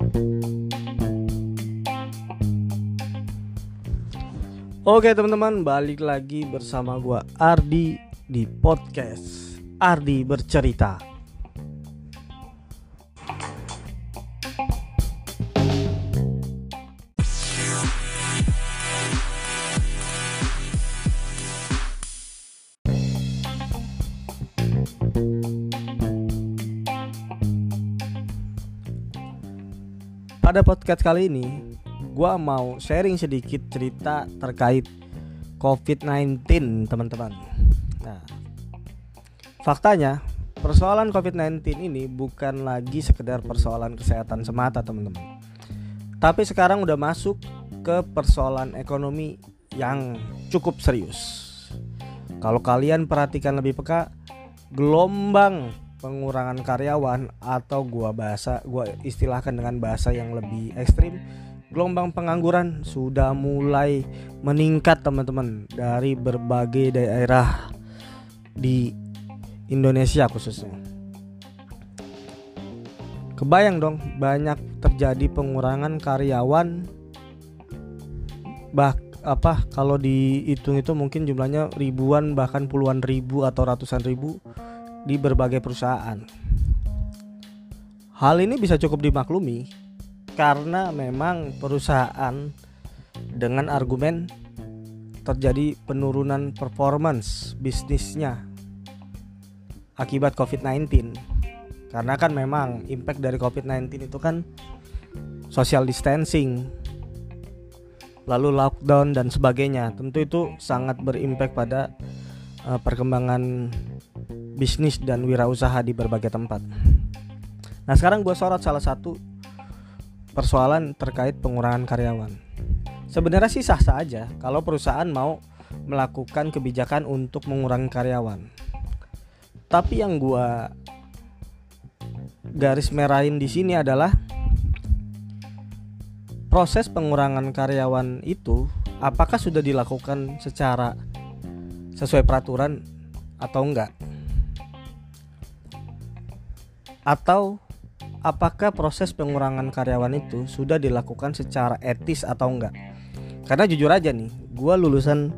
Oke teman-teman, balik lagi bersama gua Ardi di podcast Ardi Bercerita. Pada podcast kali ini gua mau sharing sedikit cerita terkait COVID-19 teman-teman. Nah, faktanya persoalan COVID-19 ini bukan lagi sekedar persoalan kesehatan semata teman-teman, tapi sekarang udah masuk ke persoalan ekonomi yang cukup serius. Kalau kalian perhatikan lebih peka, gelombang pengurangan karyawan atau gua istilahkan dengan bahasa yang lebih ekstrim, gelombang pengangguran sudah mulai meningkat teman-teman dari berbagai daerah di Indonesia khususnya. Kebayang dong, banyak terjadi pengurangan karyawan. Kalau dihitung itu mungkin jumlahnya ribuan, bahkan puluhan ribu atau ratusan ribu di berbagai perusahaan. Hal ini bisa cukup dimaklumi karena memang perusahaan dengan argumen terjadi penurunan performance bisnisnya akibat COVID-19. Karena kan memang impact dari COVID-19 itu kan social distancing, lalu lockdown dan sebagainya. Tentu itu sangat berimpact pada perkembangan bisnis dan wirausaha di berbagai tempat. Nah, sekarang gue sorot salah satu persoalan terkait pengurangan karyawan. Sebenarnya sih sah-sah aja kalau perusahaan mau melakukan kebijakan untuk mengurangi karyawan. Tapi yang gue garis merahin di sini adalah proses pengurangan karyawan itu apakah sudah dilakukan secara sesuai peraturan atau enggak? Atau apakah proses pengurangan karyawan itu sudah dilakukan secara etis atau enggak? Karena jujur aja nih, gue lulusan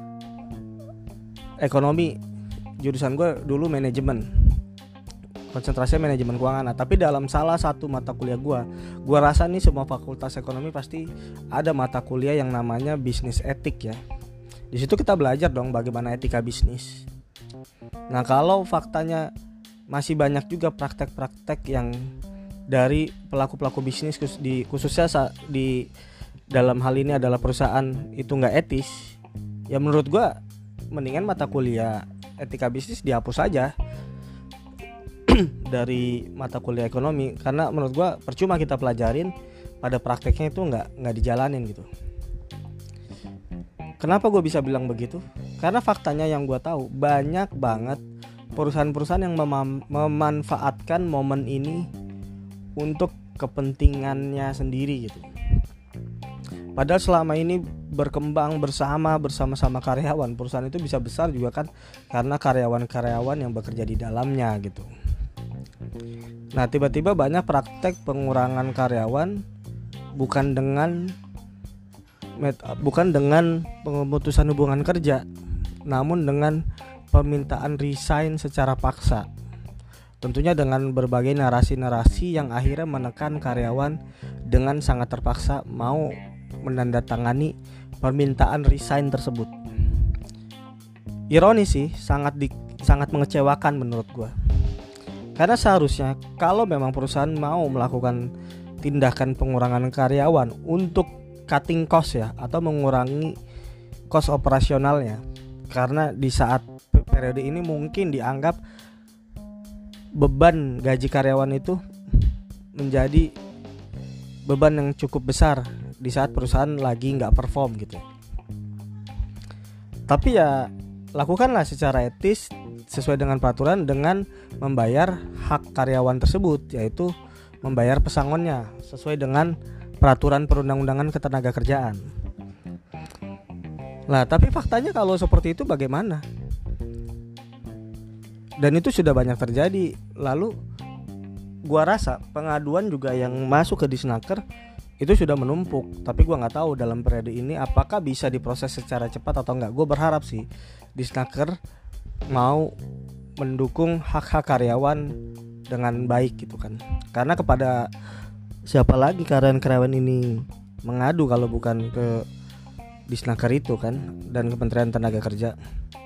ekonomi, jurusan gue dulu manajemen, konsentrasinya manajemen keuangan. Tapi dalam salah satu mata kuliah gue rasa nih semua fakultas ekonomi pasti ada mata kuliah yang namanya bisnis etik ya. Di situ kita belajar dong bagaimana etika bisnis. Nah, kalau faktanya masih banyak juga praktek-praktek yang dari pelaku-pelaku bisnis khususnya di dalam hal ini adalah perusahaan itu nggak etis, ya menurut gue mendingan mata kuliah etika bisnis dihapus aja dari mata kuliah ekonomi, karena menurut gue percuma kita pelajarin pada prakteknya itu nggak dijalanin gitu. Kenapa gue bisa bilang begitu? Karena faktanya yang gue tahu banyak banget perusahaan-perusahaan yang memanfaatkan momen ini untuk kepentingannya sendiri gitu. Padahal selama ini berkembang bersama-sama karyawan, perusahaan itu bisa besar juga kan karena karyawan-karyawan yang bekerja di dalamnya gitu. Nah, tiba-tiba banyak praktek pengurangan karyawan bukan dengan pemutusan hubungan kerja, namun dengan permintaan resign secara paksa. Tentunya dengan berbagai narasi-narasi yang akhirnya menekan karyawan dengan sangat terpaksa mau menandatangani permintaan resign tersebut. Ironis sih, sangat mengecewakan menurut gue. Karena seharusnya kalau memang perusahaan mau melakukan tindakan pengurangan karyawan untuk cutting cost ya, atau mengurangi cost operasionalnya, karena di saat periode ini mungkin dianggap beban gaji karyawan itu menjadi beban yang cukup besar di saat perusahaan lagi nggak perform gitu. Tapi ya lakukanlah secara etis sesuai dengan peraturan dengan membayar hak karyawan tersebut, yaitu membayar pesangonnya sesuai dengan peraturan perundang-undangan ketenagakerjaan. Nah, tapi faktanya kalau seperti itu bagaimana? Dan itu sudah banyak terjadi. Lalu gua rasa pengaduan juga yang masuk ke Disnaker itu sudah menumpuk. Tapi gua nggak tahu dalam periode ini apakah bisa diproses secara cepat atau enggak. Gue berharap sih Disnaker mau mendukung hak-hak karyawan dengan baik gitu kan. Karena kepada siapa lagi karyawan-karyawan ini mengadu kalau bukan ke Disnaker itu kan, dan Kementerian Tenaga Kerja.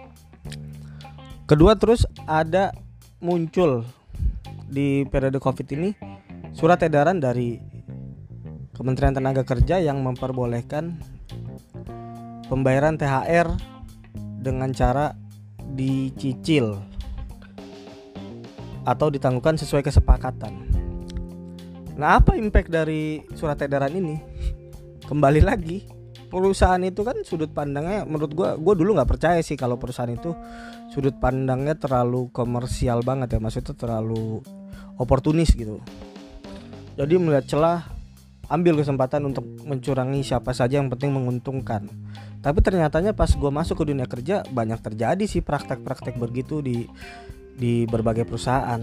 Kedua, terus ada muncul di periode Covid ini surat edaran dari Kementerian Tenaga Kerja yang memperbolehkan pembayaran THR dengan cara dicicil atau ditangguhkan sesuai kesepakatan. Nah, apa impact dari surat edaran ini? Kembali lagi, perusahaan itu kan sudut pandangnya, menurut gue dulu nggak percaya sih kalau perusahaan itu sudut pandangnya terlalu komersial banget ya, maksudnya terlalu oportunis gitu. Jadi melihat celah, ambil kesempatan untuk mencurangi siapa saja yang penting menguntungkan. Tapi ternyatanya pas gue masuk ke dunia kerja banyak terjadi sih praktek-praktek begitu di berbagai perusahaan.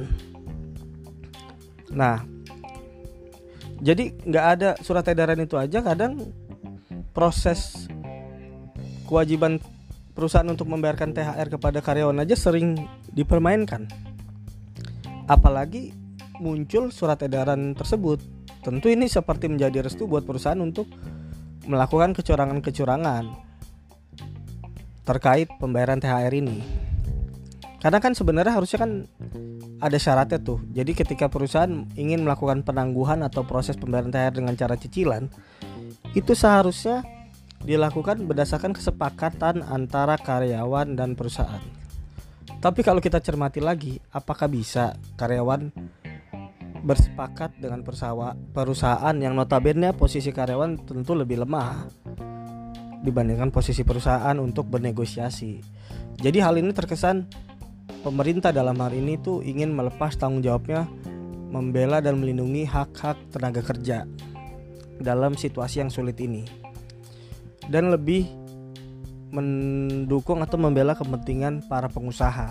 Nah, jadi nggak ada surat edaran itu aja, kadang proses kewajiban perusahaan untuk membayarkan THR kepada karyawan aja sering dipermainkan. Apalagi muncul surat edaran tersebut. Tentu ini seperti menjadi restu buat perusahaan untuk melakukan kecurangan-kecurangan terkait pembayaran THR ini. Karena kan sebenarnya harusnya kan ada syaratnya tuh. Jadi ketika perusahaan ingin melakukan penangguhan atau proses pembayaran THR dengan cara cicilan, itu seharusnya dilakukan berdasarkan kesepakatan antara karyawan dan perusahaan. Tapi kalau kita cermati lagi, apakah bisa karyawan bersepakat dengan perusahaan yang notabene posisi karyawan tentu lebih lemah dibandingkan posisi perusahaan untuk bernegosiasi. Jadi hal ini terkesan pemerintah dalam hal ini tuh ingin melepas tanggung jawabnya membela dan melindungi hak-hak tenaga kerja dalam situasi yang sulit ini, dan lebih mendukung atau membela kepentingan para pengusaha.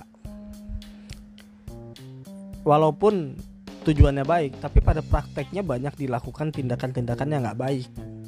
Walaupun tujuannya baik, tapi pada prakteknya banyak dilakukan tindakan-tindakan yang gak baik.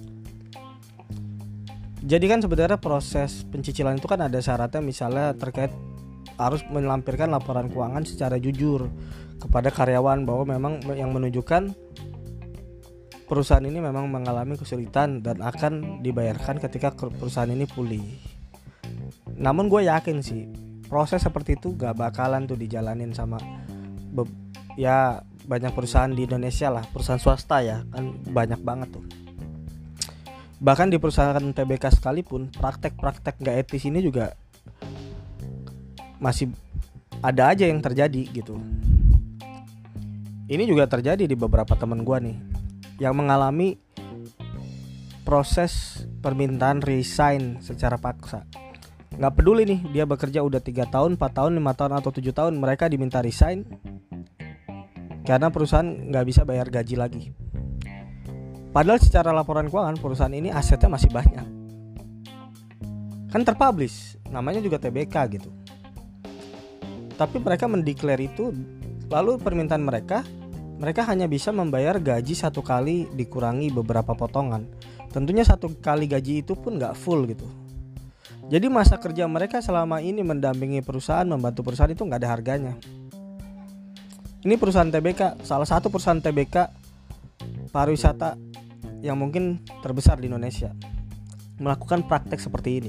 Jadi kan sebenarnya proses pencicilan itu kan ada syaratnya, misalnya terkait harus melampirkan laporan keuangan secara jujur kepada karyawan bahwa memang yang menunjukkan perusahaan ini memang mengalami kesulitan dan akan dibayarkan ketika perusahaan ini pulih. Namun gue yakin sih proses seperti itu gak bakalan tuh dijalanin sama ya banyak perusahaan di Indonesia lah, perusahaan swasta ya kan banyak banget tuh. Bahkan di perusahaan TBK sekalipun praktek-praktek gak etis ini juga masih ada aja yang terjadi gitu. Ini juga terjadi di beberapa teman gue nih yang mengalami proses permintaan resign secara paksa. Gak peduli nih dia bekerja udah 3 tahun, 4 tahun, 5 tahun atau 7 tahun, mereka diminta resign karena perusahaan gak bisa bayar gaji lagi. Padahal secara laporan keuangan perusahaan ini asetnya masih banyak, kan terpublish, namanya juga TBK gitu. Tapi mereka mendeklar itu, lalu permintaan mereka hanya bisa membayar gaji 1 kali dikurangi beberapa potongan. Tentunya 1 kali gaji itu pun gak full gitu. Jadi masa kerja mereka selama ini mendampingi perusahaan, membantu perusahaan itu gak ada harganya. Ini perusahaan TBK, salah satu perusahaan TBK pariwisata yang mungkin terbesar di Indonesia, melakukan praktek seperti ini.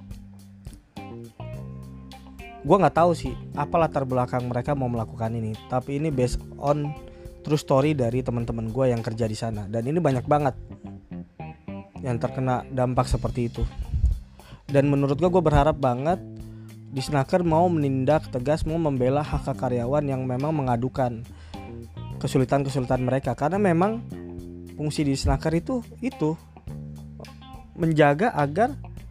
Gue gak tahu sih apa latar belakang mereka mau melakukan ini, tapi ini based on true story dari teman-teman gue yang kerja di sana, dan ini banyak banget yang terkena dampak seperti itu. Dan menurut gue berharap banget Disnaker mau menindak tegas, mau membela hak karyawan yang memang mengadukan kesulitan-kesulitan mereka, karena memang fungsi Disnaker itu menjaga agar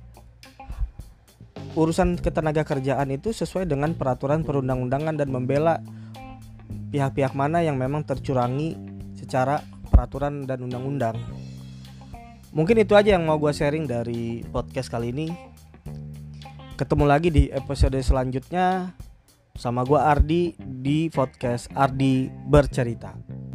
urusan ketenaga kerjaan itu sesuai dengan peraturan perundang-undangan dan membela pihak-pihak mana yang memang tercurangi secara peraturan dan undang-undang. Mungkin itu aja yang mau gue sharing dari podcast kali ini. Ketemu lagi di episode selanjutnya sama gue Ardi di podcast Ardi Bercerita.